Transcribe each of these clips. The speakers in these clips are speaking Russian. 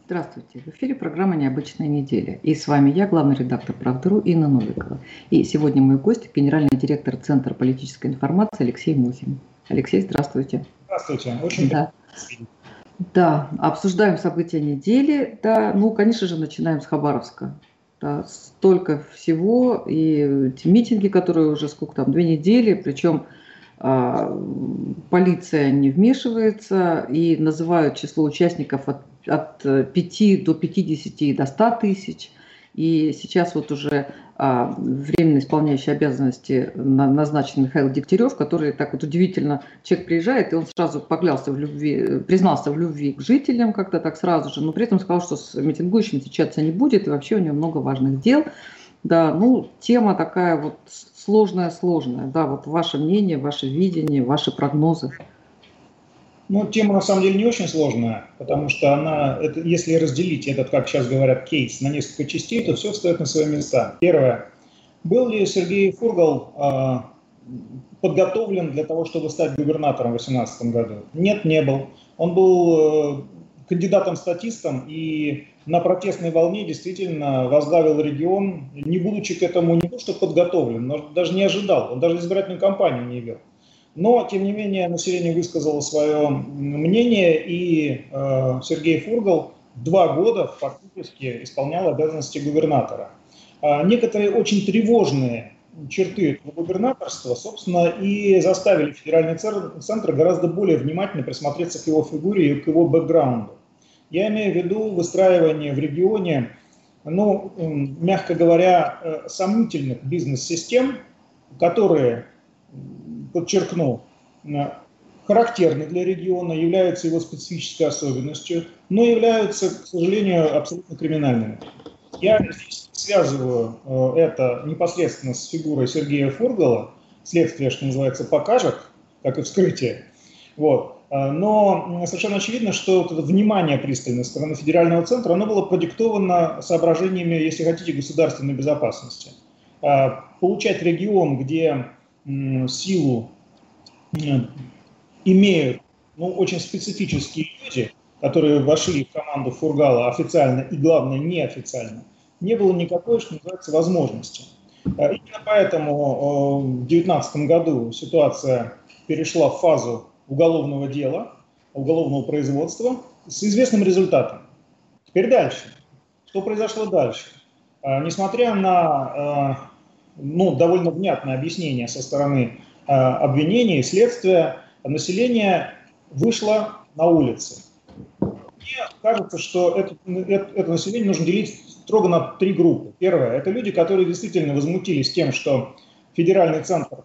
Здравствуйте. В эфире программа «Необычная неделя». И с вами я, главный редактор «Правды.ру» Инна Новикова. И сегодня мой гость – генеральный директор Центра политической информации Алексей Мухин. Алексей, здравствуйте. Здравствуйте. Очень да. Да, обсуждаем события недели. Да, конечно же, начинаем с Хабаровска. Да, столько всего, и эти митинги, которые уже 2 недели, причем полиция не вмешивается и называют число участников от 5 до 50 и до 100 тысяч. И сейчас вот уже временно исполняющий обязанности назначен Михаил Дегтярев, который так вот удивительно, человек приезжает, и он сразу поклялся в любви, признался в любви к жителям как-то так сразу же, но при этом сказал, что с митингующими встречаться не будет, и вообще у него много важных дел. Да, тема такая вот сложная, да, вот ваше мнение, ваше видение, ваши прогнозы. Тема на самом деле не очень сложная, потому что если разделить этот, как сейчас говорят, кейс на несколько частей, то все встает на свои места. Первое. Был ли Сергей Фургал подготовлен для того, чтобы стать губернатором в 2018 году? Нет, не был. Он был кандидатом-статистом и на протестной волне действительно возглавил регион, не будучи к этому не то что подготовлен, но даже не ожидал, он даже избирательную кампанию не вел. Но, тем не менее, население высказало свое мнение, и Сергей Фургал 2 года фактически исполнял обязанности губернатора. Некоторые очень тревожные черты этого губернаторства, собственно, и заставили федеральный центр гораздо более внимательно присмотреться к его фигуре и к его бэкграунду. Я имею в виду выстраивание в регионе, мягко говоря, сомнительных бизнес-систем, которые, подчеркну, характерны для региона, являются его специфической особенностью, но являются, к сожалению, абсолютно криминальными. Я здесь связываю это непосредственно с фигурой Сергея Фургала. Следствие, что называется, покажет, как и вскрытие. Но совершенно очевидно, что это внимание пристальное со стороны федерального центра, оно было продиктовано соображениями, если хотите, государственной безопасности. Получать регион, где силу имеют очень специфические люди, которые вошли в команду Фургала официально и, главное, неофициально, не было никакой, что называется, возможности. Именно поэтому в 2019 году ситуация перешла в фазу уголовного дела, уголовного производства с известным результатом. Теперь дальше. Что произошло дальше? Несмотря на довольно внятное объяснение со стороны обвинения и следствия, население вышло на улицы. Мне кажется, что это население нужно делить строго на 3 группы. Первое – это люди, которые действительно возмутились тем, что федеральный центр,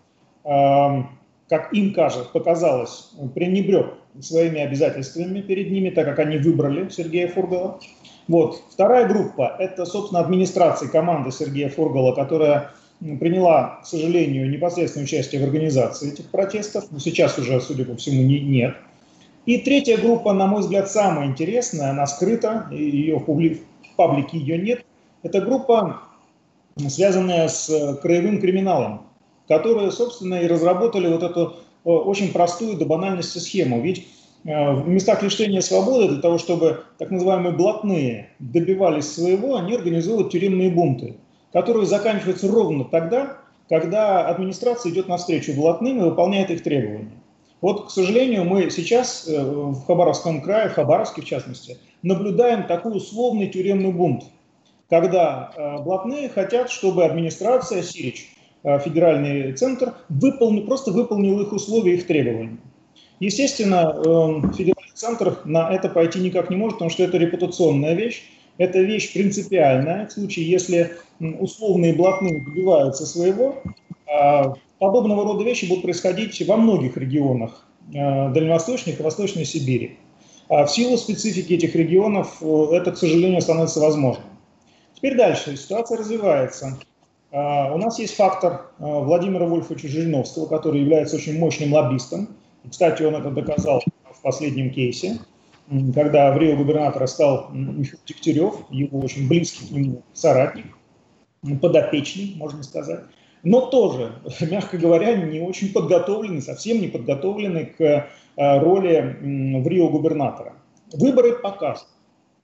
как им показалось, пренебрег своими обязательствами перед ними, так как они выбрали Сергея Фургала. Вторая группа – это, собственно, администрация команды Сергея Фургала, которая приняла, к сожалению, непосредственное участие в организации этих протестов, но сейчас уже, судя по всему, нет. И третья группа, на мой взгляд, самая интересная, она скрыта, ее в паблике ее нет. Это группа, связанная с краевым криминалом, которые, собственно, и разработали вот эту очень простую до банальности схему. Ведь в местах лишения свободы для того, чтобы так называемые блатные добивались своего, они организуют тюремные бунты, которые заканчиваются ровно тогда, когда администрация идет навстречу блатным и выполняет их требования. К сожалению, мы сейчас в Хабаровском крае, в Хабаровске в частности, наблюдаем такой условный тюремный бунт, когда блатные хотят, чтобы администрация, Сирич, федеральный центр, просто выполнил их условия, их требования. Естественно, федеральный центр на это пойти никак не может, потому что это репутационная вещь. Это вещь принципиальная. В случае, если условные блатные добиваются своего, подобного рода вещи будут происходить во многих регионах Дальневосточной и Восточной Сибири. В силу специфики этих регионов это, к сожалению, становится возможным. Теперь дальше. Ситуация развивается. У нас есть фактор Владимира Вольфовича Жириновского, который является очень мощным лоббистом. Кстати, он это доказал в последнем кейсе, когда в Рио губернатора стал Михаил Дегтярев, его очень близкий к нему соратник, подопечный, можно сказать, но тоже, мягко говоря, не очень подготовленный, совсем не подготовленный к роли в Рио губернатора. Выборы покажут.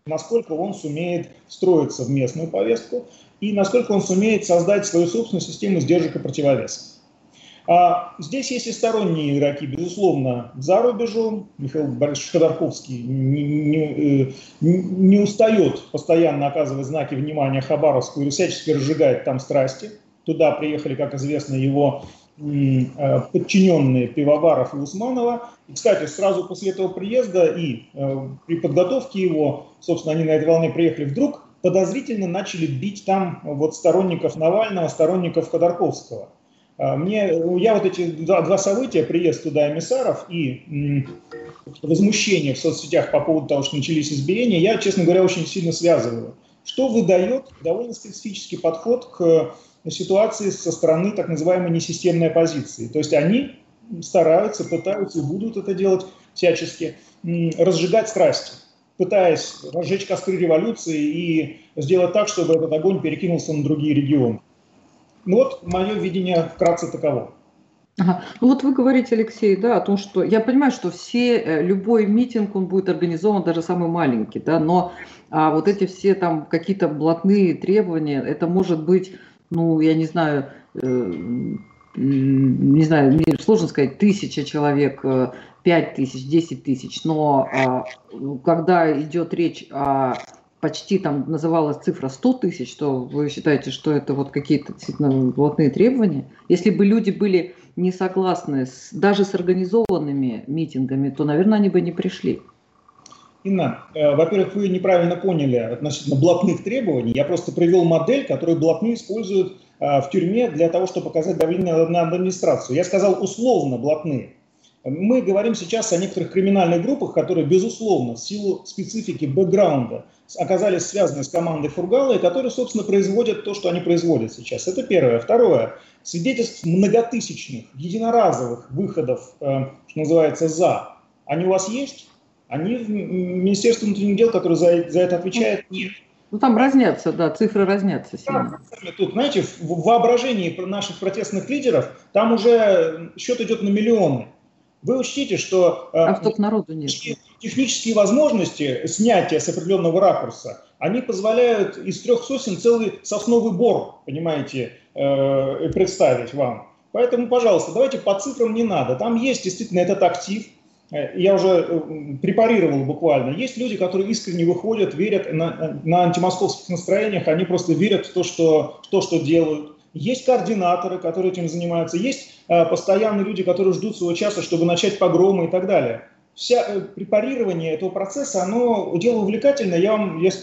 насколько он сумеет встроиться в местную повестку и насколько он сумеет создать свою собственную систему сдержек и противовесов. Здесь есть и сторонние игроки, безусловно, за рубежом. Михаил Борисович Ходорковский не устает постоянно оказывать знаки внимания Хабаровску и всячески разжигает там страсти. Туда приехали, как известно, его подчиненные Пивоваров и Усманова. И, кстати, сразу после этого приезда и при подготовке его, собственно, они на этой волне приехали, вдруг подозрительно начали бить там вот сторонников Навального, сторонников Ходорковского. Я вот эти два события, приезд туда эмиссаров и возмущение в соцсетях по поводу того, что начались избиения, я, честно говоря, очень сильно связываю. Что выдает довольно специфический подход к ситуации со стороны так называемой несистемной оппозиции. То есть они стараются, пытаются и будут это делать всячески, разжигать страсти, пытаясь разжечь костры революции и сделать так, чтобы этот огонь перекинулся на другие регионы. Ну вот мое видение вкратце таково. Ага. Ну вот вы говорите, Алексей, да, о том, что я понимаю, что любой митинг, он будет организован, даже самый маленький, да, но вот эти все там какие-то блатные требования, это может быть, ну, я не знаю, мне сложно сказать, 1000 человек, 5000, 10 тысяч, но когда идет речь о почти там называлась цифра 100 тысяч, то вы считаете, что это вот какие-то действительно блатные требования? Если бы люди были не согласны даже с организованными митингами, то, наверное, они бы не пришли. Инна, во-первых, вы неправильно поняли относительно блатных требований. Я просто привел модель, которую блатные используют в тюрьме для того, чтобы показать давление на администрацию. Я сказал условно блатные. Мы говорим сейчас о некоторых криминальных группах, которые, безусловно, в силу специфики бэкграунда оказались связаны с командой Фургала и которые, собственно, производят то, что они производят сейчас. Это первое. Второе. Свидетельств многотысячных, единоразовых выходов, что называется, «за». Они у вас есть? Они в Министерстве внутренних дел, которое за это отвечает, нет. Ну там разнятся, да, цифры разнятся сильно. Тут, знаете, в воображении наших протестных лидеров там уже счет идет на миллионы. Вы учтите, что народу нет. Технические возможности снятия с определенного ракурса, они позволяют из 3 сосен целый сосновый бор, понимаете, представить вам. Поэтому, пожалуйста, давайте по цифрам не надо. Там есть действительно этот актив. Я уже препарировал буквально. Есть люди, которые искренне выходят, верят на антимосковских настроениях, они просто верят в то, что делают. Есть координаторы, которые этим занимаются. Есть постоянные люди, которые ждут своего часа, чтобы начать погромы и так далее. Препарирование этого процесса, оно дело увлекательное. Я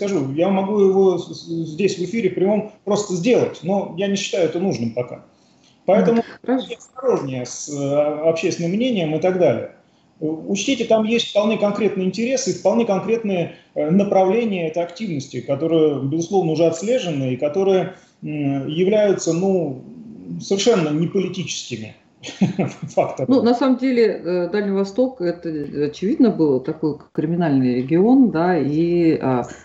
могу его здесь в эфире прямом просто сделать, но я не считаю это нужным пока. Поэтому будьте осторожнее с общественным мнением и так далее. Учтите, там есть вполне конкретные интересы и вполне конкретные направления этой активности, которые, безусловно, уже отслежены и которые являются, совершенно не политическими факторами. Ну, на самом деле, Дальний Восток, это, очевидно, был такой криминальный регион, да, и...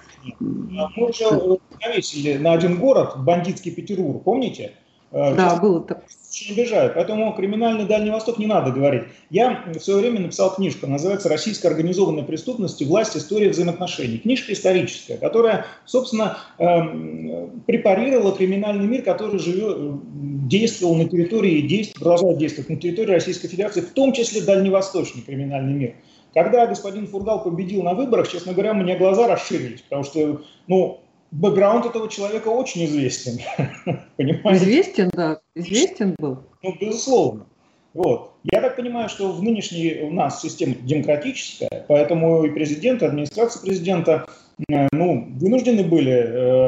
Мы уже навесили на один город бандитский Петербург, помните? Да, было так. Очень обижают, поэтому криминальный Дальний Восток не надо говорить. Я в свое время написал книжку, называется «Российская организованная преступность. Власть. История взаимоотношений». Книжка историческая, которая, собственно, препарировала криминальный мир, который действовал на территории, продолжает действовать на территории Российской Федерации, в том числе дальневосточный криминальный мир. Когда господин Фургал победил на выборах, честно говоря, у меня глаза расширились, потому что, бэкграунд этого человека очень известен. Понимаете? Известен, да, известен был. Безусловно. Вот. Я так понимаю, что в нынешней у нас система демократическая, поэтому и президент, и администрация президента, вынуждены были,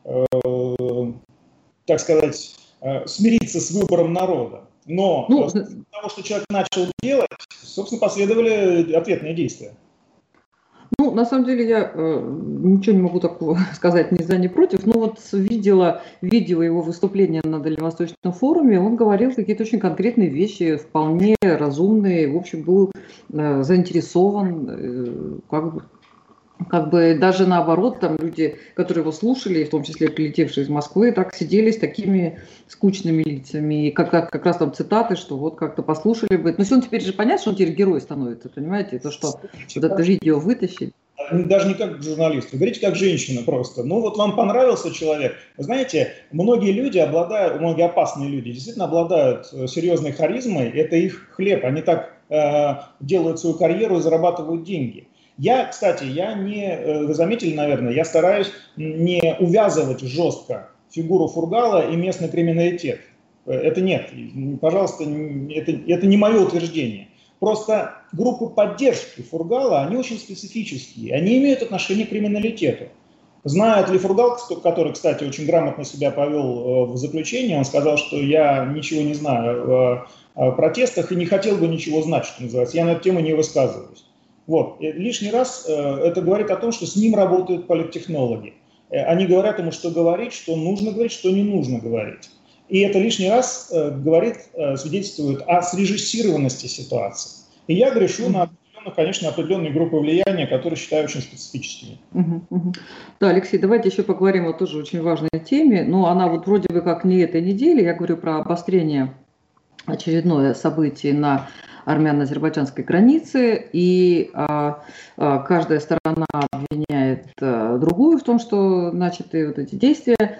так сказать, смириться с выбором народа. Но после того, что человек начал делать, собственно, последовали ответные действия. На самом деле я ничего не могу такого сказать ни за, ни против, но вот видела видео его выступления на Дальневосточном форуме, он говорил какие-то очень конкретные вещи, вполне разумные, в общем, был заинтересован, как бы даже наоборот, там люди, которые его слушали, в том числе прилетевшие из Москвы, так сидели с такими скучными лицами, и как раз там цитаты, что вот как-то послушали бы. Но если он теперь же понятно, что он теперь герой становится, понимаете, то, что вот это видео вытащили. даже не как журналист, вы говорите как женщина просто. Ну вот вам понравился человек. Вы знаете, многие люди обладают, многие опасные люди действительно обладают серьезной харизмой, это их хлеб, они так делают свою карьеру и зарабатывают деньги. Я, кстати, вы заметили, наверное, я стараюсь не увязывать жестко фигуру Фургала и местный криминалитет. Это нет, пожалуйста, это не мое утверждение. Просто группы поддержки Фургала, они очень специфические, они имеют отношение к криминалитету. Знает ли Фургал, который, кстати, очень грамотно себя повел в заключении, он сказал, что я ничего не знаю о протестах и не хотел бы ничего знать, что называется, я на эту тему не высказываюсь. Вот. И лишний раз это говорит о том, что с ним работают политтехнологи. Они говорят ему, что говорить, что нужно говорить, что не нужно говорить. И это лишний раз свидетельствует о срежиссированности ситуации. И я грешу на конечно, определенные группы влияния, которые считаю очень специфическими. Да, Алексей, давайте еще поговорим о тоже очень важной теме. Но она вот вроде бы как не этой недели. Я говорю про обострение, очередное событие на армяно-азербайджанской границе. И каждая сторона обвиняет другую в том, что начаты вот эти действия.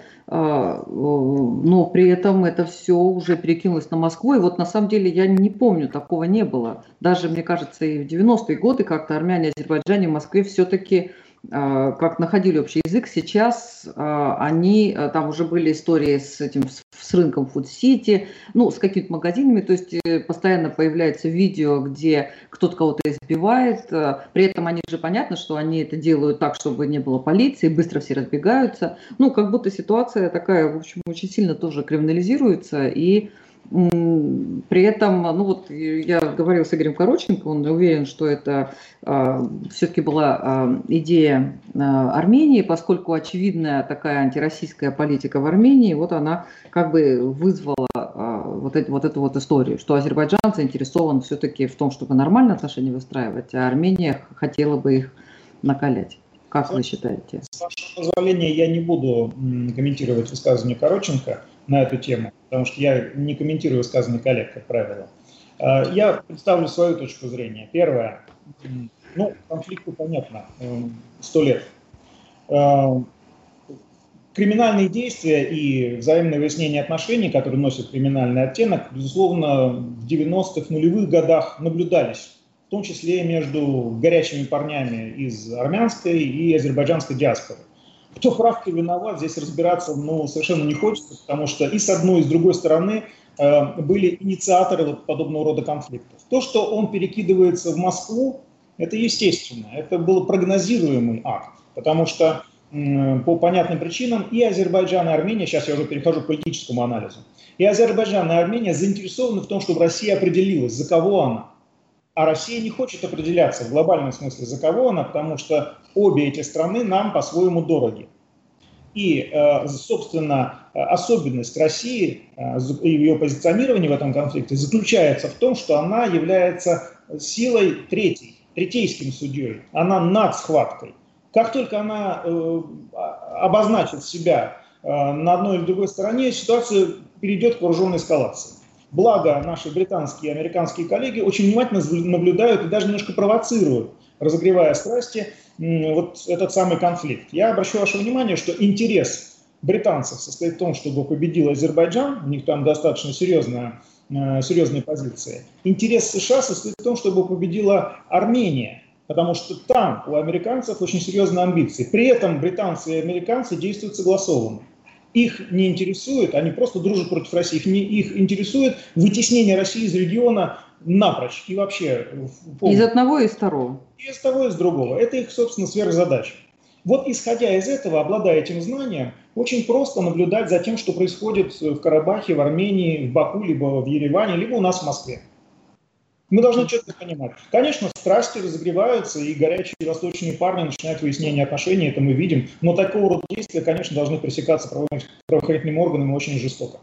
Но при этом это все уже перекинулось на Москву. И вот на самом деле я не помню, такого не было. Даже, мне кажется, и в 90-е годы как-то армяне и азербайджане в Москве все-таки как находили общий язык. Сейчас они, там уже были истории с рынком Food City, ну, с какими-то магазинами, то есть постоянно появляется видео, где кто-то кого-то избивает. При этом они же понятно, что они это делают так, чтобы не было полиции, быстро все разбегаются. Ну, как будто ситуация такая, в общем, очень сильно тоже криминализируется, и при этом, ну вот я говорил с Игорем Короченко, он уверен, что это все-таки была идея Армении, поскольку очевидная такая антироссийская политика в Армении, вот она как бы вызвала вот эту вот историю, что Азербайджан заинтересован все-таки в том, чтобы нормальные отношения выстраивать, а Армения хотела бы их накалять. Как вы считаете? С вашего позволения, я не буду комментировать высказывание Короченко на эту тему, потому что я не комментирую высказывания коллег, как правило. Я представлю свою точку зрения. Первое. Ну, конфликту понятно, 100 лет. Криминальные действия и взаимное выяснение отношений, которые носят криминальный оттенок, безусловно, в 90-х, нулевых годах наблюдались. В том числе между горячими парнями из армянской и азербайджанской диаспоры. Кто прав, кто виноват, здесь разбираться совершенно не хочется, потому что и с одной, и с другой стороны были инициаторы подобного рода конфликтов. То, что он перекидывается в Москву, это естественно, это был прогнозируемый акт, потому что по понятным причинам и Азербайджан, и Армения, сейчас я уже перехожу к политическому анализу, и Азербайджан, и Армения заинтересованы в том, чтобы Россия определилась, за кого она. А Россия не хочет определяться в глобальном смысле, за кого она, потому что обе эти страны нам по-своему дороги. И, собственно, особенность России и ее позиционирование в этом конфликте заключается в том, что она является силой третейским судьей. Она над схваткой. Как только она обозначит себя на одной или другой стороне, ситуация перейдет к вооруженной эскалации. Благо, наши британские и американские коллеги очень внимательно наблюдают и даже немножко провоцируют, разогревая страсти, вот этот самый конфликт. Я обращу ваше внимание, что интерес британцев состоит в том, чтобы победил Азербайджан, у них там достаточно серьезные позиции. Интерес США состоит в том, чтобы победила Армения, потому что там у американцев очень серьезные амбиции. При этом британцы и американцы действуют согласованно. Их не интересует, они просто дружат против России, их интересует вытеснение России из региона напрочь и вообще. Из одного и из второго. И из того, и из другого. Это их, собственно, сверхзадача. Вот исходя из этого, обладая этим знанием, очень просто наблюдать за тем, что происходит в Карабахе, в Армении, в Баку, либо в Ереване, либо у нас в Москве. Мы должны четко понимать. Конечно, страсти разогреваются, и горячие восточные парни начинают выяснение отношений, это мы видим. Но такого рода действия, конечно, должны пресекаться правоохранительными органами очень жестоко.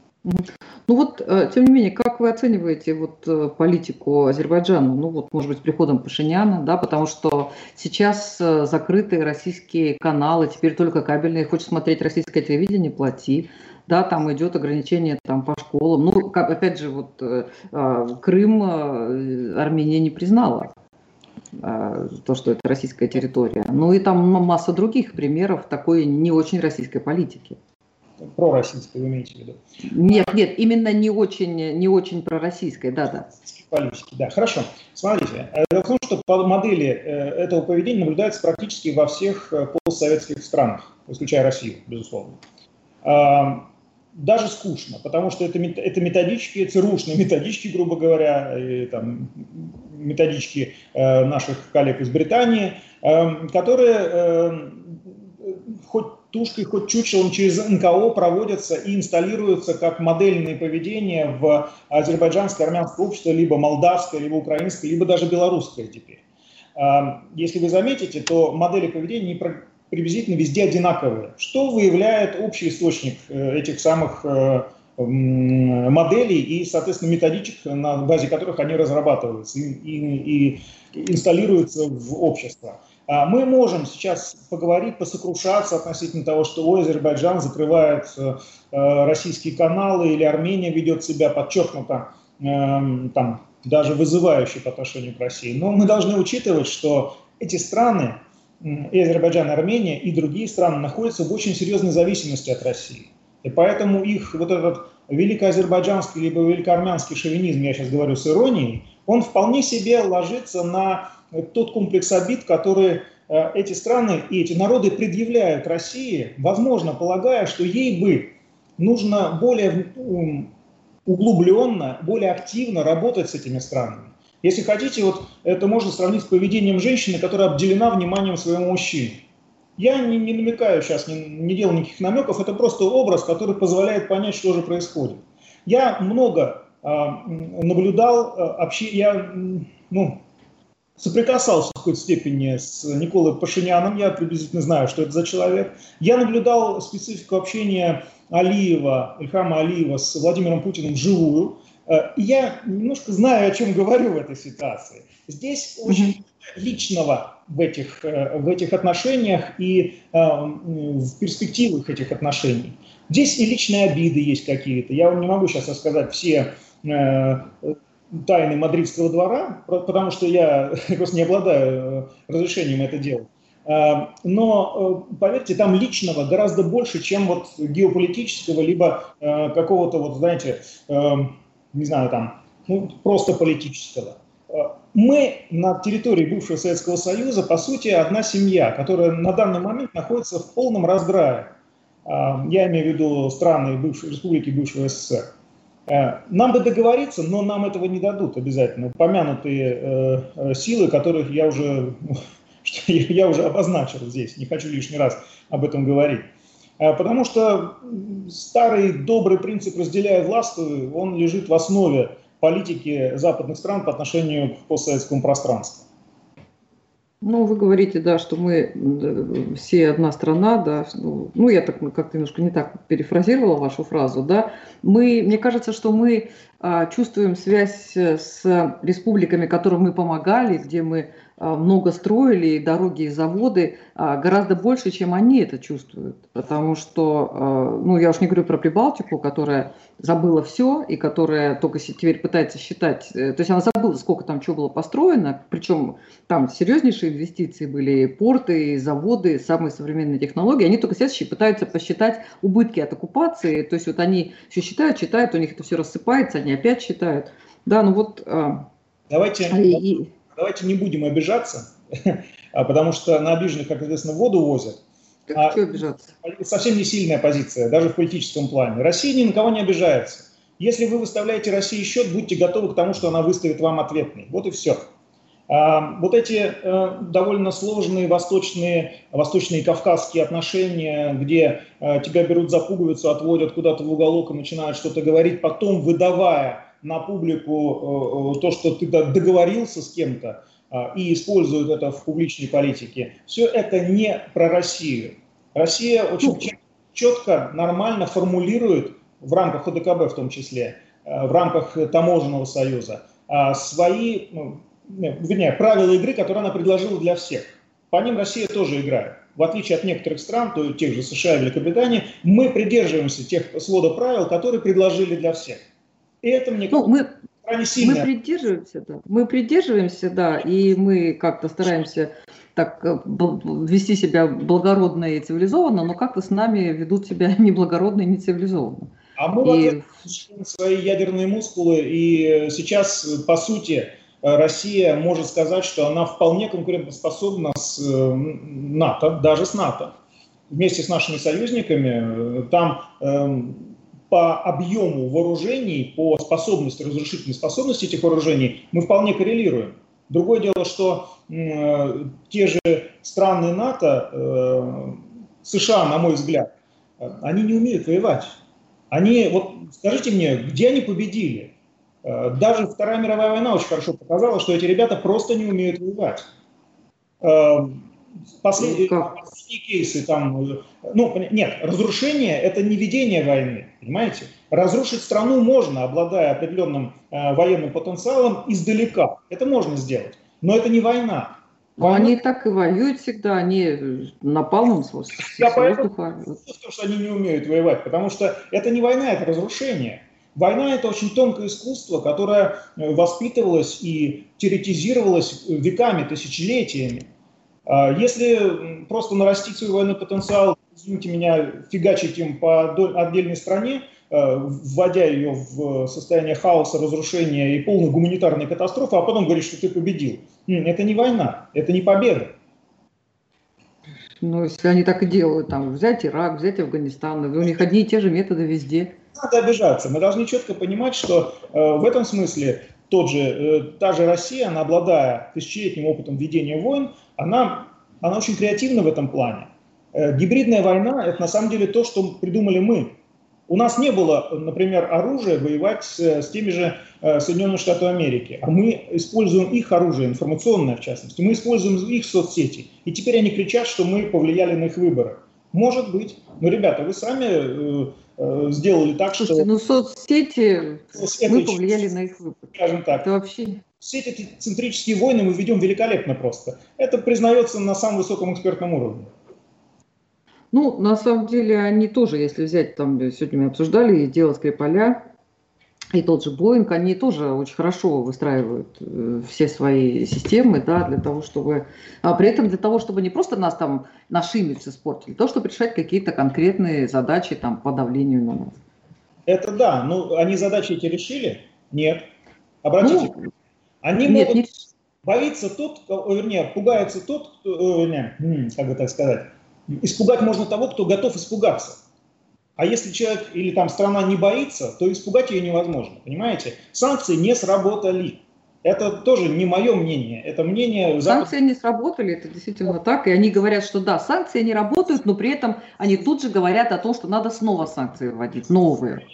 Ну вот, тем не менее, как вы оцениваете вот политику Азербайджана, ну вот, может быть, с приходом Пашиняна, да, потому что сейчас закрыты российские каналы, теперь только кабельные, хочешь смотреть российское телевидение, плати. Да, там идет ограничение там, по школам. Ну, опять же, вот Крым Армения не признала. то, что это российская территория. Ну и там масса других примеров такой не очень российской политики. Пророссийской, вы имеете в виду? Нет, именно не очень пророссийской, да. Политики, да, хорошо. Смотрите, дело в том, что модели этого поведения наблюдаются практически во всех постсоветских странах, исключая Россию, безусловно. Даже скучно, потому что это методички, ЦРУшные методички, грубо говоря, и, там, методички наших коллег из Британии, которые хоть тушкой, хоть чучелом через НКО проводятся и инсталируются как модельные поведения в азербайджанское, армянское общество, либо молдавское, либо украинское, либо даже белорусское теперь. Если вы заметите, то модели поведения приблизительно везде одинаковые, что выявляет общий источник этих самых моделей и, соответственно, методичек, на базе которых они разрабатываются и инсталируются в общество. Мы можем сейчас поговорить, посокрушаться относительно того, что Азербайджан закрывает российские каналы или Армения ведет себя подчеркнуто, там, даже вызывающе по отношению к России. Но мы должны учитывать, что эти страны, и Азербайджан, и Армения, и другие страны находятся в очень серьезной зависимости от России. И поэтому их вот этот великоазербайджанский либо великоармянский шовинизм, я сейчас говорю с иронией, он вполне себе ложится на тот комплекс обид, который эти страны и эти народы предъявляют России, возможно, полагая, что ей бы нужно более углубленно, более активно работать с этими странами. Если хотите, вот это можно сравнить с поведением женщины, которая обделена вниманием своего мужчины. Я не намекаю сейчас, не делаю никаких намеков, это просто образ, который позволяет понять, что же происходит. Я много наблюдал, соприкасался в какой-то степени с Николой Пашиняном, я приблизительно знаю, что это за человек. Я наблюдал специфику общения Ильхама Алиева с Владимиром Путиным вживую. И я немножко знаю, о чем говорю в этой ситуации. Здесь очень личного в этих отношениях и в перспективах этих отношений. Здесь и личные обиды есть какие-то. Я вам не могу сейчас рассказать все тайны мадридского двора, потому что я просто не обладаю разрешением это делать. Но, поверьте, там личного гораздо больше, чем вот геополитического, либо какого-то, вот, знаете, не знаю, там, просто политического. Мы на территории бывшего Советского Союза, по сути, одна семья, которая на данный момент находится в полном раздрае. Я имею в виду страны республики бывшего СССР. Нам бы договориться, но нам этого не дадут обязательно. Помянутые силы, которых я уже обозначил здесь, не хочу лишний раз об этом говорить. Потому что старый добрый принцип «разделяй, властвуй», он лежит в основе политики западных стран по отношению к постсоветскому пространству. Ну, вы говорите, да, что мы все одна страна, да, ну, я так как-то немножко не так перефразировала вашу фразу, да, мне кажется, что мы чувствуем связь с республиками, которым мы помогали, где мы много строили, дороги и заводы, гораздо больше, чем они это чувствуют. Потому что, ну, я уж не говорю про Прибалтику, которая забыла все и которая только теперь пытается считать, то есть она забыла, сколько там чего было построено, причем там серьезнейшие инвестиции были, порты, заводы, самые современные технологии, они только сейчас пытаются посчитать убытки от оккупации, то есть вот они все считают, у них это все рассыпается, они опять считают. Да, ну вот... Давайте не будем обижаться, потому что на обиженных, как известно, воду возят. Что обижаться? Совсем не сильная позиция, даже в политическом плане. Россия ни на кого не обижается. Если вы выставляете России счет, будьте готовы к тому, что она выставит вам ответный. Вот и все. Вот эти довольно сложные восточные кавказские отношения, где тебя берут за пуговицу, отводят куда-то в уголок и начинают что-то говорить, потом выдавая на публику то, что ты договорился с кем-то и используют это в публичной политике, все это не про Россию. Россия очень четко, нормально формулирует в рамках ОДКБ в том числе, в рамках Таможенного союза, свои, правила игры, которые она предложила для всех. По ним Россия тоже играет. В отличие от некоторых стран, то тех же США и Великобритании, мы придерживаемся тех свода правил, которые предложили для всех. И это мне крайне Мы сильная. придерживаемся, да. Мы придерживаемся, да, и мы как-то стараемся так вести себя благородно и цивилизованно, но как-то с нами ведут себя неблагородно и нецивилизованно. А мы в ответ И на свои ядерные мускулы, и сейчас, по сути, Россия может сказать, что она вполне конкурентоспособна с НАТО, даже с НАТО. Вместе с нашими союзниками, там по объему вооружений, по способности, разрушительной способности этих вооружений мы вполне коррелируем. Другое дело, что те же страны НАТО, США, на мой взгляд, они не умеют воевать. Они, вот скажите мне, где они победили? Даже Вторая мировая война очень хорошо показала, что эти ребята просто не умеют воевать. Последние кейсы там, нет, разрушение – это не ведение войны, понимаете? Разрушить страну можно, обладая определенным военным потенциалом издалека. Это можно сделать, но это не война. Они так и воюют всегда, они напалмом с воздуха. Что они не умеют воевать, потому что это не война, это разрушение. Война – это очень тонкое искусство, которое воспитывалось и теоретизировалось веками, тысячелетиями. Если просто нарастить свой военный потенциал, извините меня, фигачить им по отдельной стране, вводя ее в состояние хаоса, разрушения и полной гуманитарной катастрофы, а потом говорить, что ты победил. Это не война, это не победа. Ну, если они так и делают, там, взять Ирак, взять Афганистан, у них одни и те же методы везде. Надо обижаться. Мы должны четко понимать, что в этом смысле та же Россия, она, обладая тысячелетним опытом ведения войн, она очень креативна в этом плане. Гибридная война – это на самом деле то, что придумали мы. У нас не было, например, оружия воевать с теми же Соединенными Штатами Америки, а мы используем их оружие, информационное в частности, мы используем их соцсети, и теперь они кричат, что мы повлияли на их выборы. Может быть, но, ребята, вы сами сделали так, что… Слушайте, соцсети, мы повлияли на их выборы. Скажем так. Это вообще… Все эти центрические войны мы ведем великолепно просто. Это признается на самом высоком экспертном уровне. Ну, на самом деле, они тоже, если взять, там, сегодня мы обсуждали, дело Скрипаля, и тот же Боинг, они тоже очень хорошо выстраивают все свои системы, да, для того, чтобы… А при этом для того, чтобы не просто нас там, наш имидж испортили, для того, чтобы решать какие-то конкретные задачи там по давлению на нас. Это да, но они задачи эти решили? Нет. Обратите, они нет, могут не… боится тот, вернее, пугается тот, кто, как бы так сказать, испугать можно того, кто готов испугаться. А если человек или там страна не боится, то испугать ее невозможно, понимаете? Санкции не сработали. Это тоже не мое мнение, это мнение… Санкции не сработали, это действительно так. И они говорят, что да, санкции не работают, но при этом они тут же говорят о том, что надо снова санкции вводить, новые.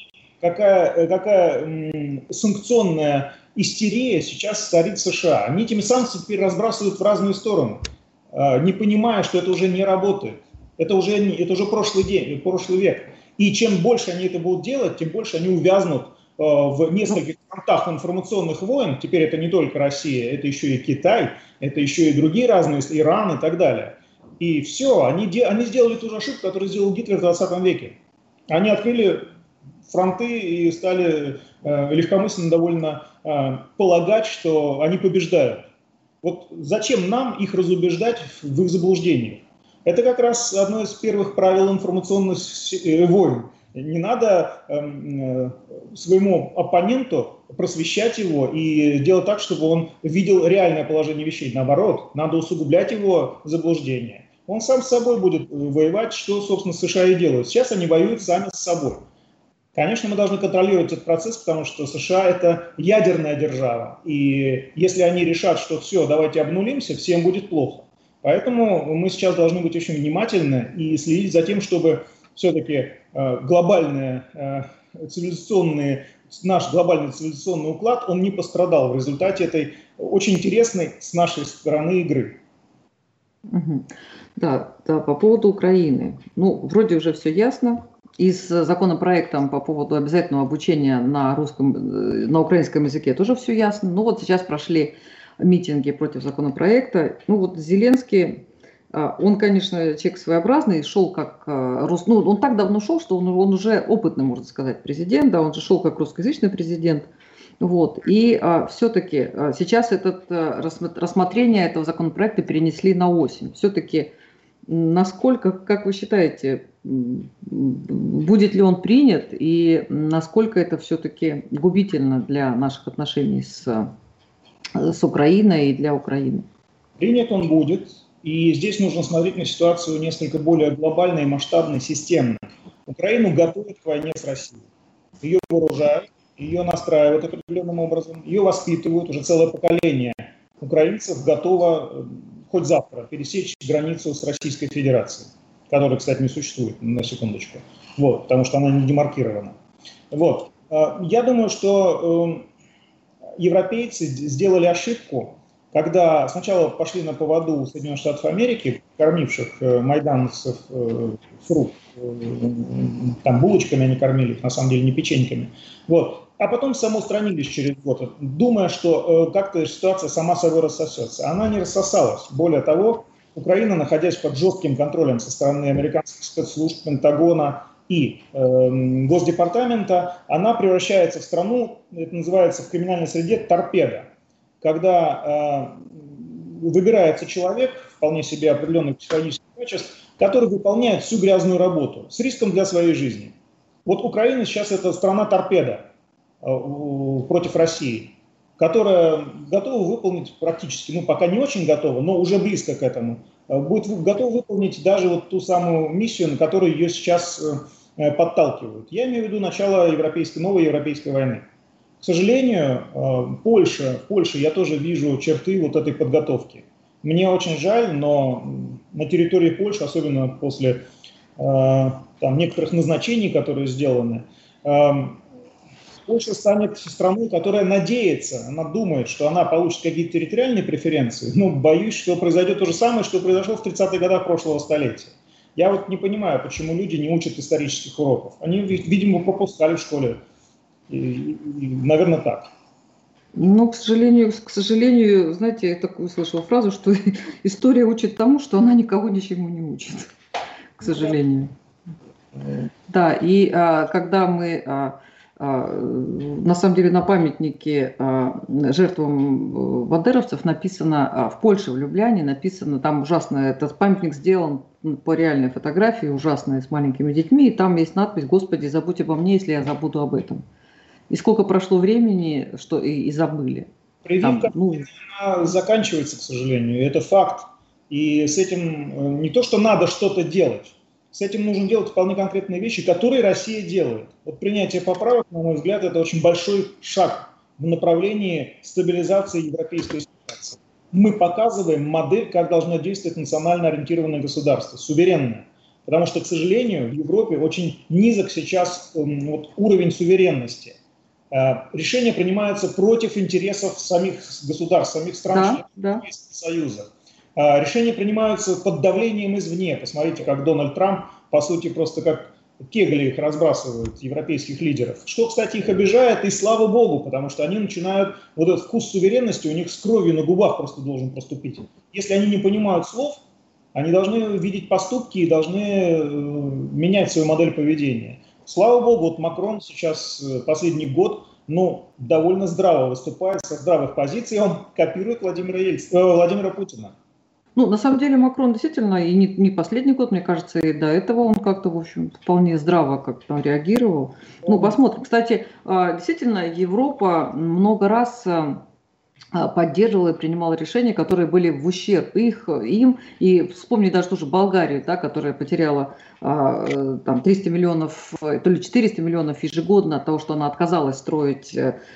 Какая санкционная истерия сейчас царит в США. Они этими санкциями теперь разбрасывают в разные стороны, не понимая, что это уже не работает. Это уже прошлый век. И чем больше они это будут делать, тем больше они увязнут в нескольких фронтах информационных войн. Теперь это не только Россия, это еще и Китай, это еще и другие разные, Иран и так далее. И все, они сделали ту же ошибку, которую сделал Гитлер в 20 веке. Они открыли фронты и стали легкомысленно довольно полагать, что они побеждают. Вот зачем нам их разубеждать в их заблуждениях? Это как раз одно из первых правил информационных войн. Не надо своему оппоненту просвещать его и делать так, чтобы он видел реальное положение вещей. Наоборот, надо усугублять его заблуждение. Он сам с собой будет воевать, что, собственно, США и делают. Сейчас они воюют сами с собой. Конечно, мы должны контролировать этот процесс, потому что США – это ядерная держава. И если они решат, что все, давайте обнулимся, всем будет плохо. Поэтому мы сейчас должны быть очень внимательны и следить за тем, чтобы все-таки наш глобальный цивилизационный уклад, он не пострадал в результате этой очень интересной с нашей стороны игры. Да, по поводу Украины. Ну, вроде уже все ясно. И с законопроектом по поводу обязательного обучения на украинском языке тоже все ясно. Ну вот сейчас прошли митинги против законопроекта. Ну вот Зеленский, он, конечно, человек своеобразный, шел как он так давно шел, что он уже опытный, можно сказать, президент, да, он же шел как русскоязычный президент. Вот. И все-таки сейчас рассмотрение этого законопроекта перенесли на осень. Все-таки насколько, как вы считаете, будет ли он принят и насколько это все-таки губительно для наших отношений с Украиной и для Украины? Принят он будет, и здесь нужно смотреть на ситуацию несколько более глобально и масштабно, и системно. Украину готовят к войне с Россией. Ее вооружают, ее настраивают определенным образом, ее воспитывают. Уже целое поколение украинцев готово хоть завтра пересечь границу с Российской Федерацией, которая, кстати, не существует, на секундочку, вот, потому что она не демаркирована. Вот. Я думаю, что европейцы сделали ошибку, когда сначала пошли на поводу Соединенных Штатов Америки, кормивших майдановцев фрукт, там булочками они кормили их, на самом деле не печеньками, вот. А потом самоустранились через год, думая, что как-то ситуация сама собой рассосется. Она не рассосалась. Более того, Украина, находясь под жестким контролем со стороны американских спецслужб, Пентагона и Госдепартамента, она превращается в страну, это называется в криминальной среде торпеда, когда выбирается человек, вполне себе определенных психологических качеств, который выполняет всю грязную работу с риском для своей жизни. Вот Украина сейчас это страна-торпеда против России, которая готова выполнить практически, ну пока не очень готова, но уже близко к этому, будет готова выполнить даже вот ту самую миссию, на которую ее сейчас подталкивают. Я имею в виду начало новой европейской войны. К сожалению, Польша, я тоже вижу черты вот этой подготовки. Мне очень жаль, но на территории Польши, особенно после там, некоторых назначений, которые сделаны, Польша станет страной, которая надеется, она думает, что она получит какие-то территориальные преференции, но боюсь, что произойдет то же самое, что произошло в 30-х годах прошлого столетия. Я вот не понимаю, почему люди не учат исторических уроков. Они, видимо, пропускали в школе. И, наверное, так. Ну, к сожалению, знаете, я такую слышала фразу, что история учит тому, что она никого ничему не учит, к сожалению. Да, и когда мы, на самом деле, на памятнике жертвам бандеровцев написано, в Польше, в Любляне, написано, там ужасно, этот памятник сделан по реальной фотографии, ужасной, с маленькими детьми, и там есть надпись «Господи, забудь обо мне, если я забуду об этом». И сколько прошло времени, что и забыли. Прививка заканчивается, к сожалению, это факт. И с этим не то, что надо что-то делать, с этим нужно делать вполне конкретные вещи, которые Россия делает. Вот принятие поправок, на мой взгляд, это очень большой шаг в направлении стабилизации европейской ситуации. Мы показываем модель, как должно действовать национально ориентированное государство, суверенное. Потому что, к сожалению, в Европе очень низок сейчас уровень суверенности. Решения принимаются против интересов самих государств, самих стран Европейского Союза. Решения принимаются под давлением извне. Посмотрите, как Дональд Трамп, по сути, просто как кегли их разбрасывают, европейских лидеров. Что, кстати, их обижает, и слава богу, потому что они начинают, вот этот вкус суверенности у них с кровью на губах просто должен проступить. Если они не понимают слов, они должны видеть поступки и должны менять свою модель поведения. Слава богу, вот Макрон сейчас последний год, довольно здраво выступает, со здравых позиций, он копирует Владимира Путина. Ну, на самом деле, Макрон действительно, и не последний год, мне кажется, и до этого он как-то, в общем, вполне здраво как-то реагировал. Ну, посмотрим. Кстати, действительно, Европа много раз поддерживала и принимала решения, которые были в ущерб им. И вспомни даже тоже Болгарию, да, которая потеряла там 300 миллионов, то ли 400 миллионов ежегодно от того, что она отказалась строить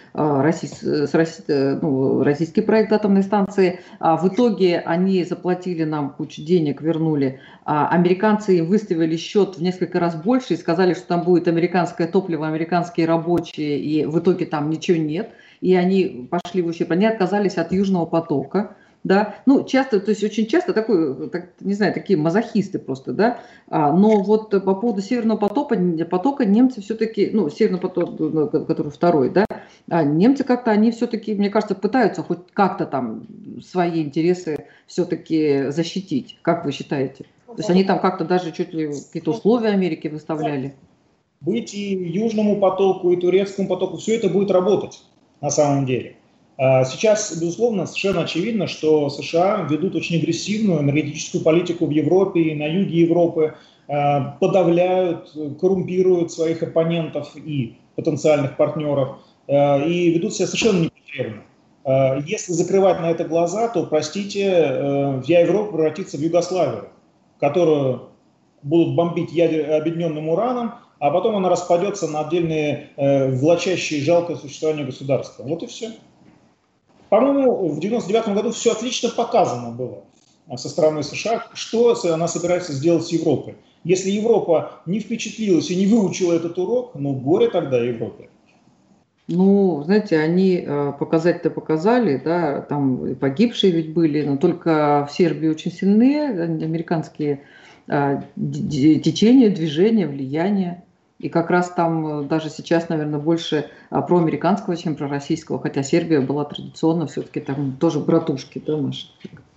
российский проект атомной станции. В итоге они заплатили нам кучу денег, вернули. Американцы им выставили счет в несколько раз больше и сказали, что там будет американское топливо, американские рабочие, и в итоге там ничего нет. И они пошли в ущерб, они отказались от Южного потока, да, ну, часто, то есть очень часто не знаю, такие мазохисты просто, да, но вот по поводу Северного потока немцы все-таки, ну, Северный поток, который второй, да, немцы как-то, они все-таки, мне кажется, пытаются хоть как-то там свои интересы все-таки защитить, как вы считаете? То есть они там как-то даже чуть ли какие-то условия Америки выставляли. Быть и Южному потоку, и Турецкому потоку, все это будет работать. на самом деле. Сейчас, безусловно, совершенно очевидно, что США ведут очень агрессивную энергетическую политику в Европе и на юге Европы, подавляют, коррумпируют своих оппонентов и потенциальных партнеров и ведут себя совершенно непотребно. Если закрывать на это глаза, то, простите, вся Европа превратится в Югославию, которую будут бомбить объединенным ураном, а потом она распадется на отдельные влачащие жалкое существование государства. Вот и все. По-моему, в 1999 году все отлично показано было со стороны США, что она собирается сделать с Европой. Если Европа не впечатлилась и не выучила этот урок, ну горе тогда Европе. Ну, знаете, они показать-то показали, да, там и погибшие ведь были, но только в Сербии очень сильные американские течения, движения, влияния. И как раз там даже сейчас, наверное, больше проамериканского, чем пророссийского, хотя Сербия была традиционно все-таки там тоже братушки, да, наши.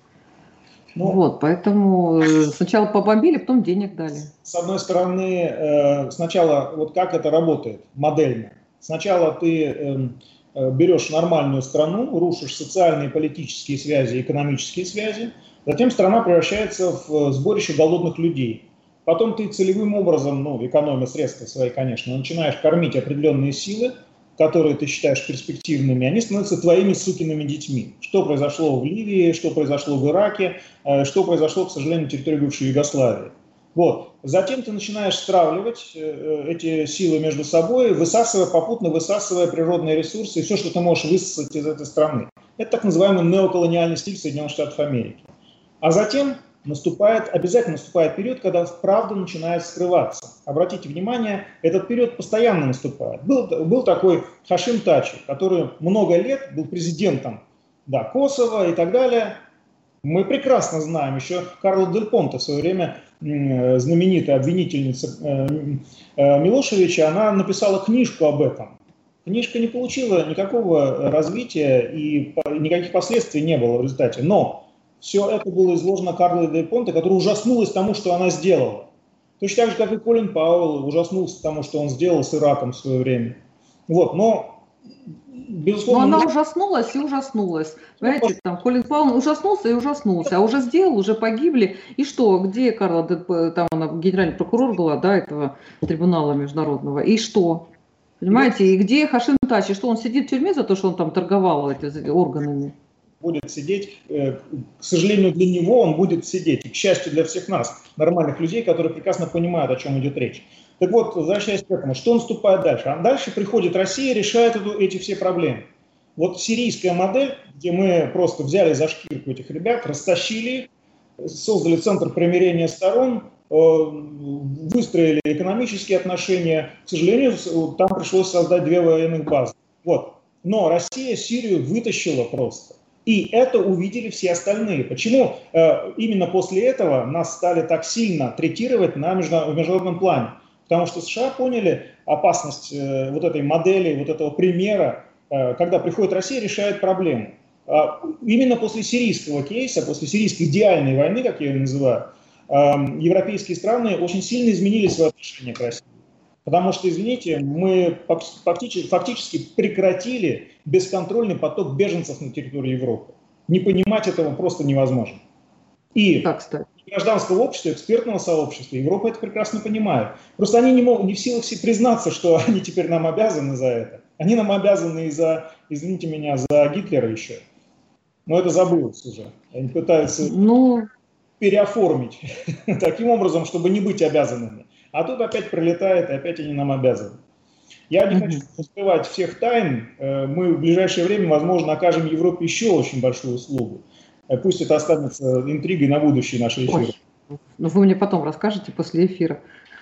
Ну, вот, поэтому сначала побомбили, потом денег дали. С одной стороны, сначала, вот как это работает модельно. Сначала ты берешь нормальную страну, рушишь социальные, политические связи, экономические связи, затем страна превращается в сборище голодных людей. Потом ты целевым образом, ну, экономя средства свои, конечно, начинаешь кормить определенные силы, которые ты считаешь перспективными, они становятся твоими сукиными детьми. Что произошло в Ливии, что произошло в Ираке, что произошло, к сожалению, на территории бывшей Югославии. Вот. Затем ты начинаешь стравливать эти силы между собой, попутно высасывая природные ресурсы и все, что ты можешь высосать из этой страны. Это так называемый неоколониальный стиль Соединенных Штатов Америки. А затем обязательно наступает период, когда правда начинает скрываться. Обратите внимание, этот период постоянно наступает. Был такой Хашим Тачи, который много лет был президентом, да, Косово и так далее. Мы прекрасно знаем, еще Карла Дель Понте в свое время, знаменитая обвинительница Милошевича, она написала книжку об этом. Книжка не получила никакого развития и никаких последствий не было в результате. Но все это было изложено Карлой Дель Понте, которая ужаснулась тому, что она сделала. Точно так же, как и Колин Пауэлл ужаснулся тому, что он сделал с Ираком в свое время. Вот, но, безусловно... Но она ужаснулась и ужаснулась. Понимаете, там Колин Пауэлл ужаснулся и ужаснулся, а уже сделал, уже погибли. И что, где Карла, там она генеральный прокурор была, да, этого трибунала международного, и что? Понимаете, и где Хашим Тачи, что он сидит в тюрьме за то, что он там торговал этими органами? Будет сидеть, к сожалению, для него он будет сидеть, и к счастью для всех нас, нормальных людей, которые прекрасно понимают, о чем идет речь. Так вот, возвращаясь к этому, что наступает дальше? А дальше приходит Россия, решает эти все проблемы. Вот сирийская модель, где мы просто взяли за шкирку этих ребят, растащили их, создали центр примирения сторон, выстроили экономические отношения. К сожалению, там пришлось создать 2 военных базы. Вот. Но Россия Сирию вытащила просто. И это увидели все остальные. Почему именно после этого нас стали так сильно третировать в международном плане? Потому что США поняли опасность вот этой модели, вот этого примера, когда приходит Россия, решает проблему. Именно после сирийского кейса, после сирийской идеальной войны, как я ее называю, европейские страны очень сильно изменили свое отношение к России. Потому что, извините, мы фактически прекратили бесконтрольный поток беженцев на территории Европы. Не понимать этого просто невозможно. И гражданского общества, экспертного сообщества Европа это прекрасно понимает. Просто они не в силах себе признаться, что они теперь нам обязаны за это. Они нам обязаны и за, извините меня, за Гитлера еще. Но это забылось уже. Они пытаются переоформить таким образом, чтобы не быть обязанными. А тут опять прилетает, и опять они нам обязаны. Я не хочу скрывать всех тайн. Мы в ближайшее время, возможно, окажем Европе еще очень большую услугу. Пусть это останется интригой на будущее нашей эфиры. Ну, вы мне потом расскажете после эфира.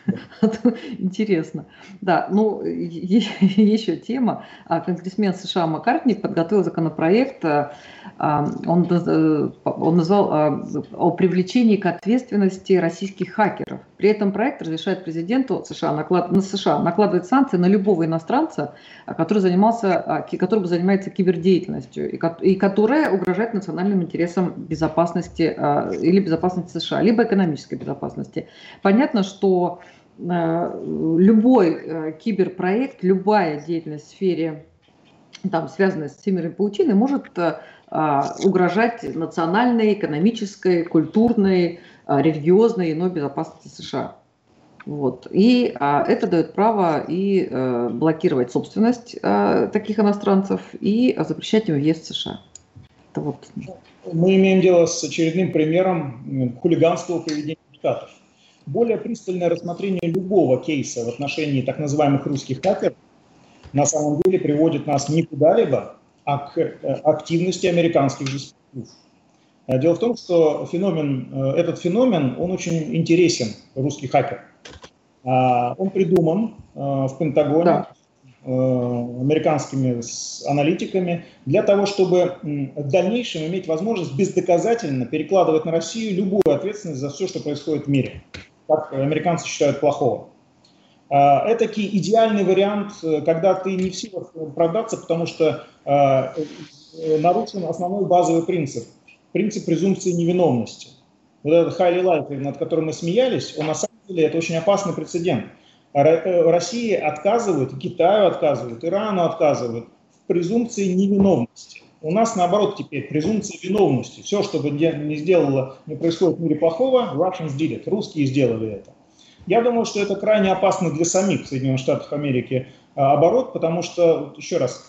Интересно. Да, ну, еще тема. Конгрессмен США Маккартни подготовил законопроект, он назвал о привлечении к ответственности российских хакеров. При этом проект разрешает президенту США накладывать санкции на любого иностранца, который занимается кибердеятельностью и которая угрожает национальным интересам безопасности или безопасности США, либо экономической безопасности. Понятно, что любой киберпроект, любая деятельность в сфере там, связанная с всемирной паутиной, может угрожать национальной, экономической, культурной, религиозной и иной безопасности США. Вот. И это дает право и блокировать собственность таких иностранцев, и запрещать им въезд в США. Это вот. Мы имеем дело с очередным примером хулиганского поведения депутатов. Более пристальное рассмотрение любого кейса в отношении так называемых русских хакеров на самом деле приводит нас не куда-либо, а к активности американских же спецслужб. Дело в том, что этот феномен, он очень интересен, русский хакер. Он придуман в Пентагоне, Да. американскими аналитиками для того, чтобы в дальнейшем иметь возможность бездоказательно перекладывать на Россию любую ответственность за все, что происходит в мире, как американцы считают плохого. Это идеальный вариант, когда ты не в силах оправдаться, потому что нарушен основной базовый принцип презумпции невиновности. Вот этот highly likely, над которым мы смеялись, он на самом деле это очень опасный прецедент. России отказывают, и Китаю отказывают, Ирану отказывают в презумпции невиновности. У нас наоборот теперь презумпция виновности. Все, что бы не происходит в мире плохого, Russians did it, русские сделали это. Я думаю, что это крайне опасно для самих Соединенных Штатов Америки оборот, потому что, еще раз,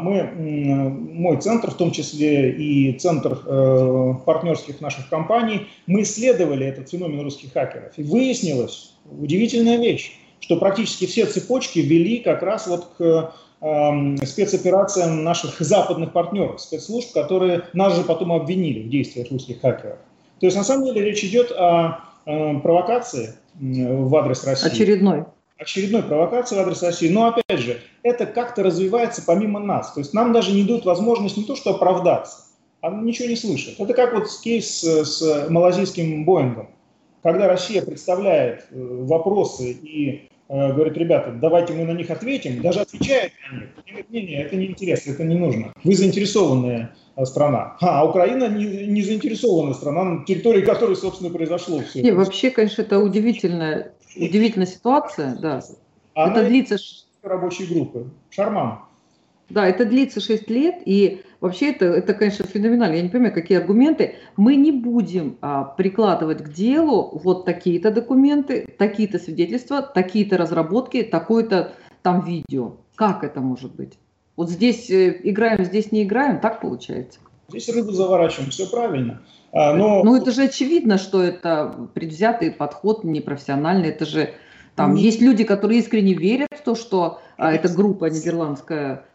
мой центр, в том числе и центр партнерских наших компаний, мы исследовали этот феномен русских хакеров. И выяснилась удивительная вещь, что практически все цепочки вели как раз вот к спецоперациям наших западных партнеров, спецслужб, которые нас же потом обвинили в действиях русских хакеров. То есть на самом деле речь идет о провокации в адрес России. Очередной провокации в адрес России. Но опять же, это как-то развивается помимо нас. То есть нам даже не дают возможность не то что оправдаться, а ничего не слышат. Это как вот кейс с малазийским Боингом. Когда Россия представляет вопросы и говорит: ребята, давайте мы на них ответим, даже отвечает на них. Они говорят: не, это не интересно, это не нужно. Вы заинтересованная страна. А Украина не заинтересованная страна, на территории которой, собственно, произошло все. Не, вообще, конечно, это удивительная ситуация. Да. Это длится... рабочей группы. Шарман. Да, это длится 6 лет, и вообще это, конечно, феноменально. Я не понимаю, какие аргументы. Мы не будем прикладывать к делу вот такие-то документы, такие-то свидетельства, такие-то разработки, такое-то там видео. Как это может быть? Вот здесь играем, здесь не играем, так получается? Здесь рыбу заворачиваем, все правильно. Ну, это же очевидно, что это предвзятый подход, непрофессиональный. Это же там есть люди, которые искренне верят в то, что эта группа нидерландская...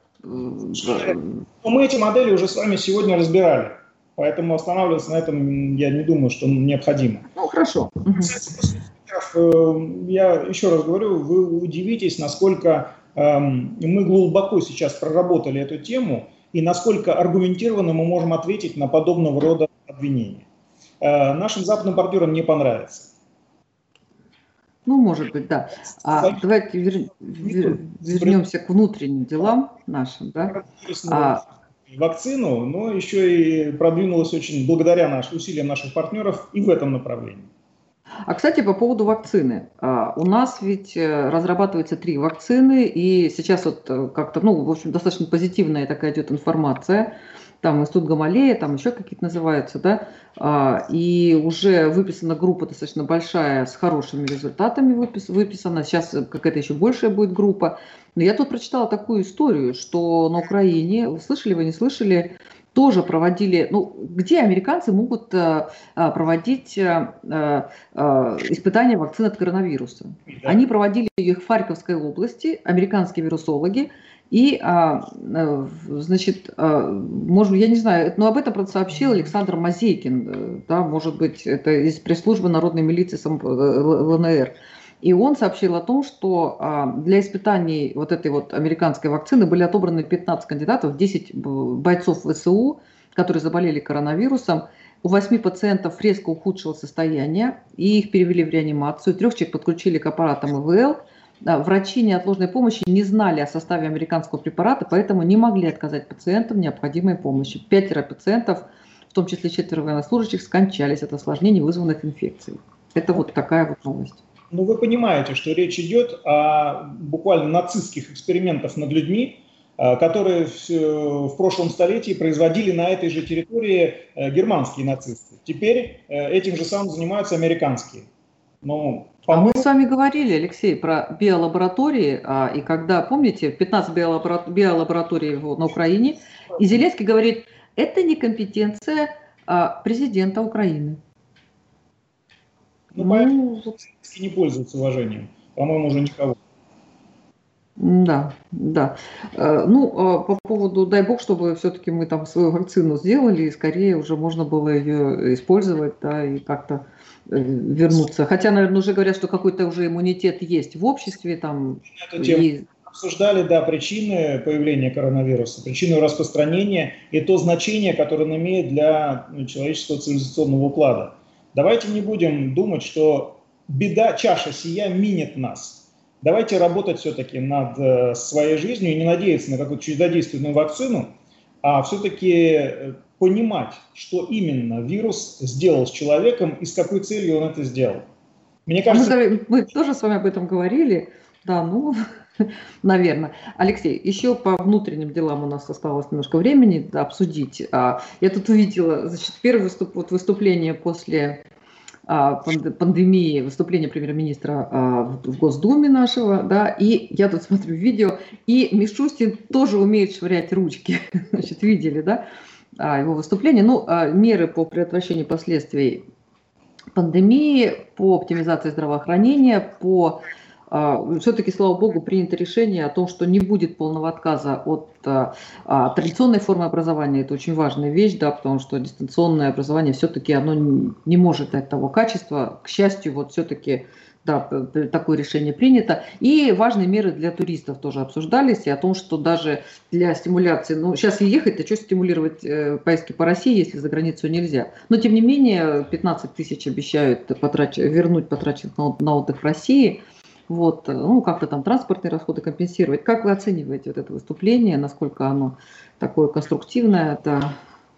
Мы эти модели уже с вами сегодня разбирали, поэтому останавливаться на этом я не думаю, что необходимо. Ну, хорошо. Я еще раз говорю, вы удивитесь, насколько мы глубоко сейчас проработали эту тему и насколько аргументированно мы можем ответить на подобного рода обвинения. Нашим западным партнерам не понравится. Ну, может быть, да. Давайте вернемся к внутренним делам нашим. Да? Вакцину, но еще и продвинулась очень благодаря усилиям наших партнеров и в этом направлении. Кстати, по поводу вакцины. У нас ведь разрабатываются 3 вакцины, и сейчас вот как-то, ну, в общем, достаточно позитивная такая идет информация. Там Институт Гамалея, там еще какие-то называются, да, и уже выписана группа достаточно большая, с хорошими результатами выписана, сейчас какая-то еще большая будет группа. Но я тут прочитала такую историю, что на Украине, слышали вы, не слышали, тоже проводили, ну, где американцы могут проводить испытания вакцин от коронавируса. Да. Они проводили их в Харьковской области, американские вирусологи. И, значит, может, я не знаю, но об этом сообщил Александр Мазейкин, да, может быть, это из пресс-службы народной милиции ЛНР. И он сообщил о том, что для испытаний вот этой вот американской вакцины были отобраны 15 кандидатов, 10 бойцов ВСУ, которые заболели коронавирусом. У 8 пациентов резко ухудшилось состояние, и их перевели в реанимацию. 3 человек подключили к аппаратам ИВЛ. Врачи неотложной помощи не знали о составе американского препарата, поэтому не могли отказать пациентам необходимой помощи. 5 пациентов, в том числе 4 военнослужащих, скончались от осложнений, вызванных инфекцией. Это вот такая вот новость. Ну, вы понимаете, что речь идет о буквально нацистских экспериментах над людьми, которые в прошлом столетии производили на этой же территории германские нацисты. Теперь этим же самым занимаются американские. Ну, а мы с вами говорили, Алексей, про биолаборатории, и когда, помните, 15 биолабораторий на Украине, и Зеленский говорит, это не компетенция президента Украины. Ну, поэтому Зеленский не пользуется уважением, по-моему, уже никого. Да, да. Ну, по поводу, дай бог, чтобы все-таки мы там свою вакцину сделали, и скорее уже можно было ее использовать, да, и как-то вернуться. Хотя, наверное, уже говорят, что какой-то уже иммунитет есть в обществе. Там, обсуждали, да, причины появления коронавируса, причину распространения и то значение, которое он имеет для человеческого цивилизационного уклада. Давайте не будем думать, что беда, чаша сия минет нас. Давайте работать все-таки над своей жизнью и не надеяться на какую-то чудодейственную вакцину, а все-таки понимать, что именно вирус сделал с человеком и с какой целью он это сделал. Мне кажется, мы тоже с вами об этом говорили. Да, ну, наверное. Алексей, еще по внутренним делам у нас осталось немножко времени обсудить. Я тут увидела, значит, первое выступление после пандемии, выступление премьер-министра в Госдуме нашего, да, и я тут смотрю видео, и Мишустин тоже умеет швырять ручки, значит, видели, да, его выступление. Ну, меры по предотвращению последствий пандемии, по оптимизации здравоохранения, по все-таки, слава богу, принято решение о том, что не будет полного отказа от традиционной формы образования. Это очень важная вещь, да, потому что дистанционное образование все-таки оно не может дать того качества. К счастью, вот все-таки да, такое решение принято. И важные меры для туристов тоже обсуждались, и о том, что даже для стимуляции, ну, сейчас ехать-то что стимулировать поездки по России, если за границу нельзя. Но, тем не менее, 15 тысяч обещают вернуть потраченных на отдых в России. Вот, ну, как-то там транспортные расходы компенсировать. Как вы оцениваете вот это выступление, насколько оно такое конструктивное, это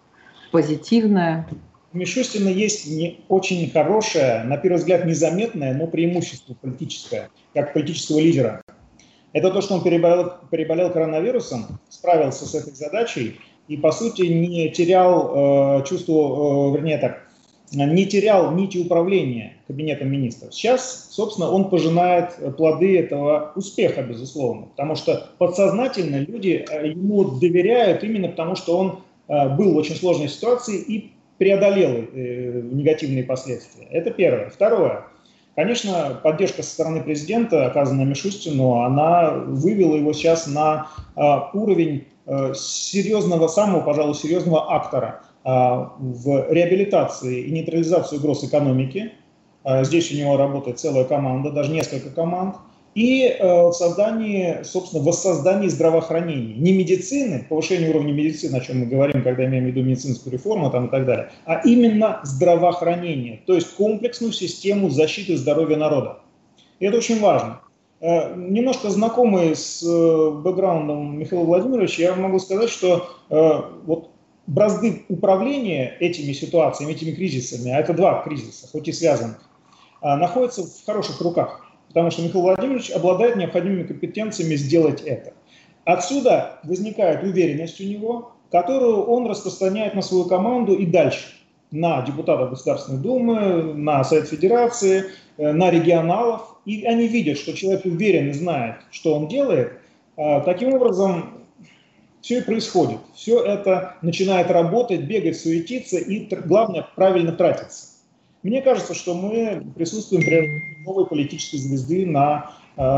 позитивное? У Мишустина есть не очень хорошее, на первый взгляд незаметное, но преимущество политическое, как политического лидера. Это то, что он переболел коронавирусом, справился с этой задачей и, по сути, не терял не терял нити управления кабинетом министров. Сейчас, собственно, он пожинает плоды этого успеха, безусловно, потому что подсознательно люди ему доверяют именно потому, что он был в очень сложной ситуации и преодолел негативные последствия. Это первое. Второе. Конечно, поддержка со стороны президента, оказанная Мишустину, она вывела его сейчас на уровень серьезного, самого, пожалуй, серьезного актора в реабилитации и нейтрализации угроз экономики. Здесь у него работает целая команда, даже несколько команд. И в создании, собственно, воссоздании здравоохранения. Не медицины, повышение уровня медицины, о чем мы говорим, когда имеем в виду медицинскую реформу там, и так далее, а именно здравоохранение, то есть комплексную систему защиты здоровья народа. И это очень важно. Немножко знакомый с бэкграундом Михаила Владимировича, я могу сказать, что вот бразды управления этими ситуациями, этими кризисами, а это два кризиса, хоть и связанных, находятся в хороших руках, потому что Михаил Владимирович обладает необходимыми компетенциями сделать это. Отсюда возникает уверенность у него, которую он распространяет на свою команду и дальше, на депутатов Государственной Думы, на Совет Федерации, на регионалов, и они видят, что человек уверен и знает, что он делает. Таким образом, все и происходит. Все это начинает работать, бегать, суетиться и, главное, правильно тратиться. Мне кажется, что мы присутствуем при новой политической звезды на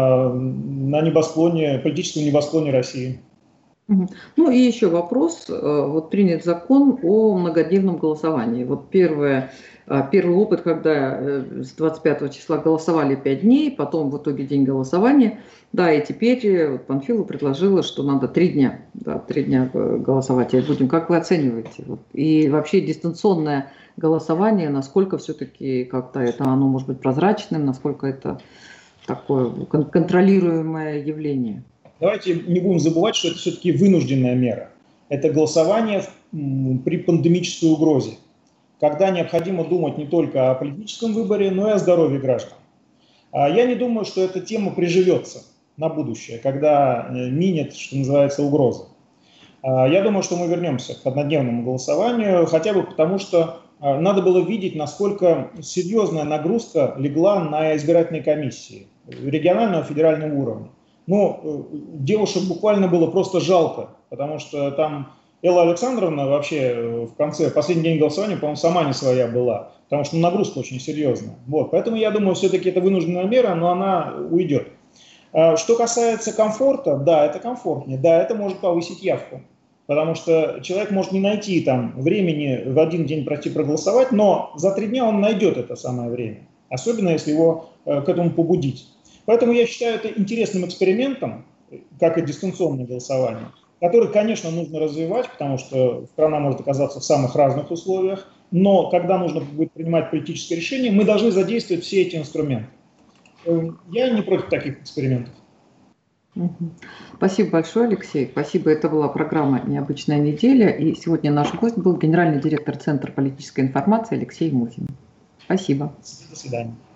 небосклоне, политическом небосклоне России. Ну и еще вопрос. Вот принят закон о многодневном голосовании. Вот первый опыт, когда с 25 числа голосовали 5 дней, потом в итоге день голосования. Да, и теперь вот Панфилова предложила, что надо 3 дня. Да, 3 дня голосовать будем. Как вы оцениваете? И вообще дистанционное голосование, насколько все-таки как-то это, оно может быть прозрачным, насколько это такое контролируемое явление? Давайте не будем забывать, что это все-таки вынужденная мера. Это голосование при пандемической угрозе, когда необходимо думать не только о политическом выборе, но и о здоровье граждан. Я не думаю, что эта тема приживется. на будущее, когда минет, что называется, угроза. Я думаю, что мы вернемся к однодневному голосованию, хотя бы потому, что надо было видеть, насколько серьезная нагрузка легла на избирательные комиссии регионального и федерального уровня. Ну, девушек буквально было просто жалко, потому что там Элла Александровна вообще в конце, последний день голосования, по-моему, сама не своя была, потому что нагрузка очень серьезная. Вот, поэтому я думаю, все-таки это вынужденная мера, но она уйдет. Что касается комфорта, да, это комфортнее, да, это может повысить явку. Потому что человек может не найти там времени в один день пройти проголосовать, но за 3 дня он найдет это самое время. Особенно, если его к этому побудить. Поэтому я считаю это интересным экспериментом, как и дистанционное голосование, который, конечно, нужно развивать, потому что страна может оказаться в самых разных условиях. Но когда нужно будет принимать политическое решение, мы должны задействовать все эти инструменты. Я не против таких экспериментов. Спасибо большое, Алексей. Спасибо. Это была программа «Необычная неделя». И сегодня наш гость был генеральный директор Центра политической информации Алексей Мухин. Спасибо. До свидания.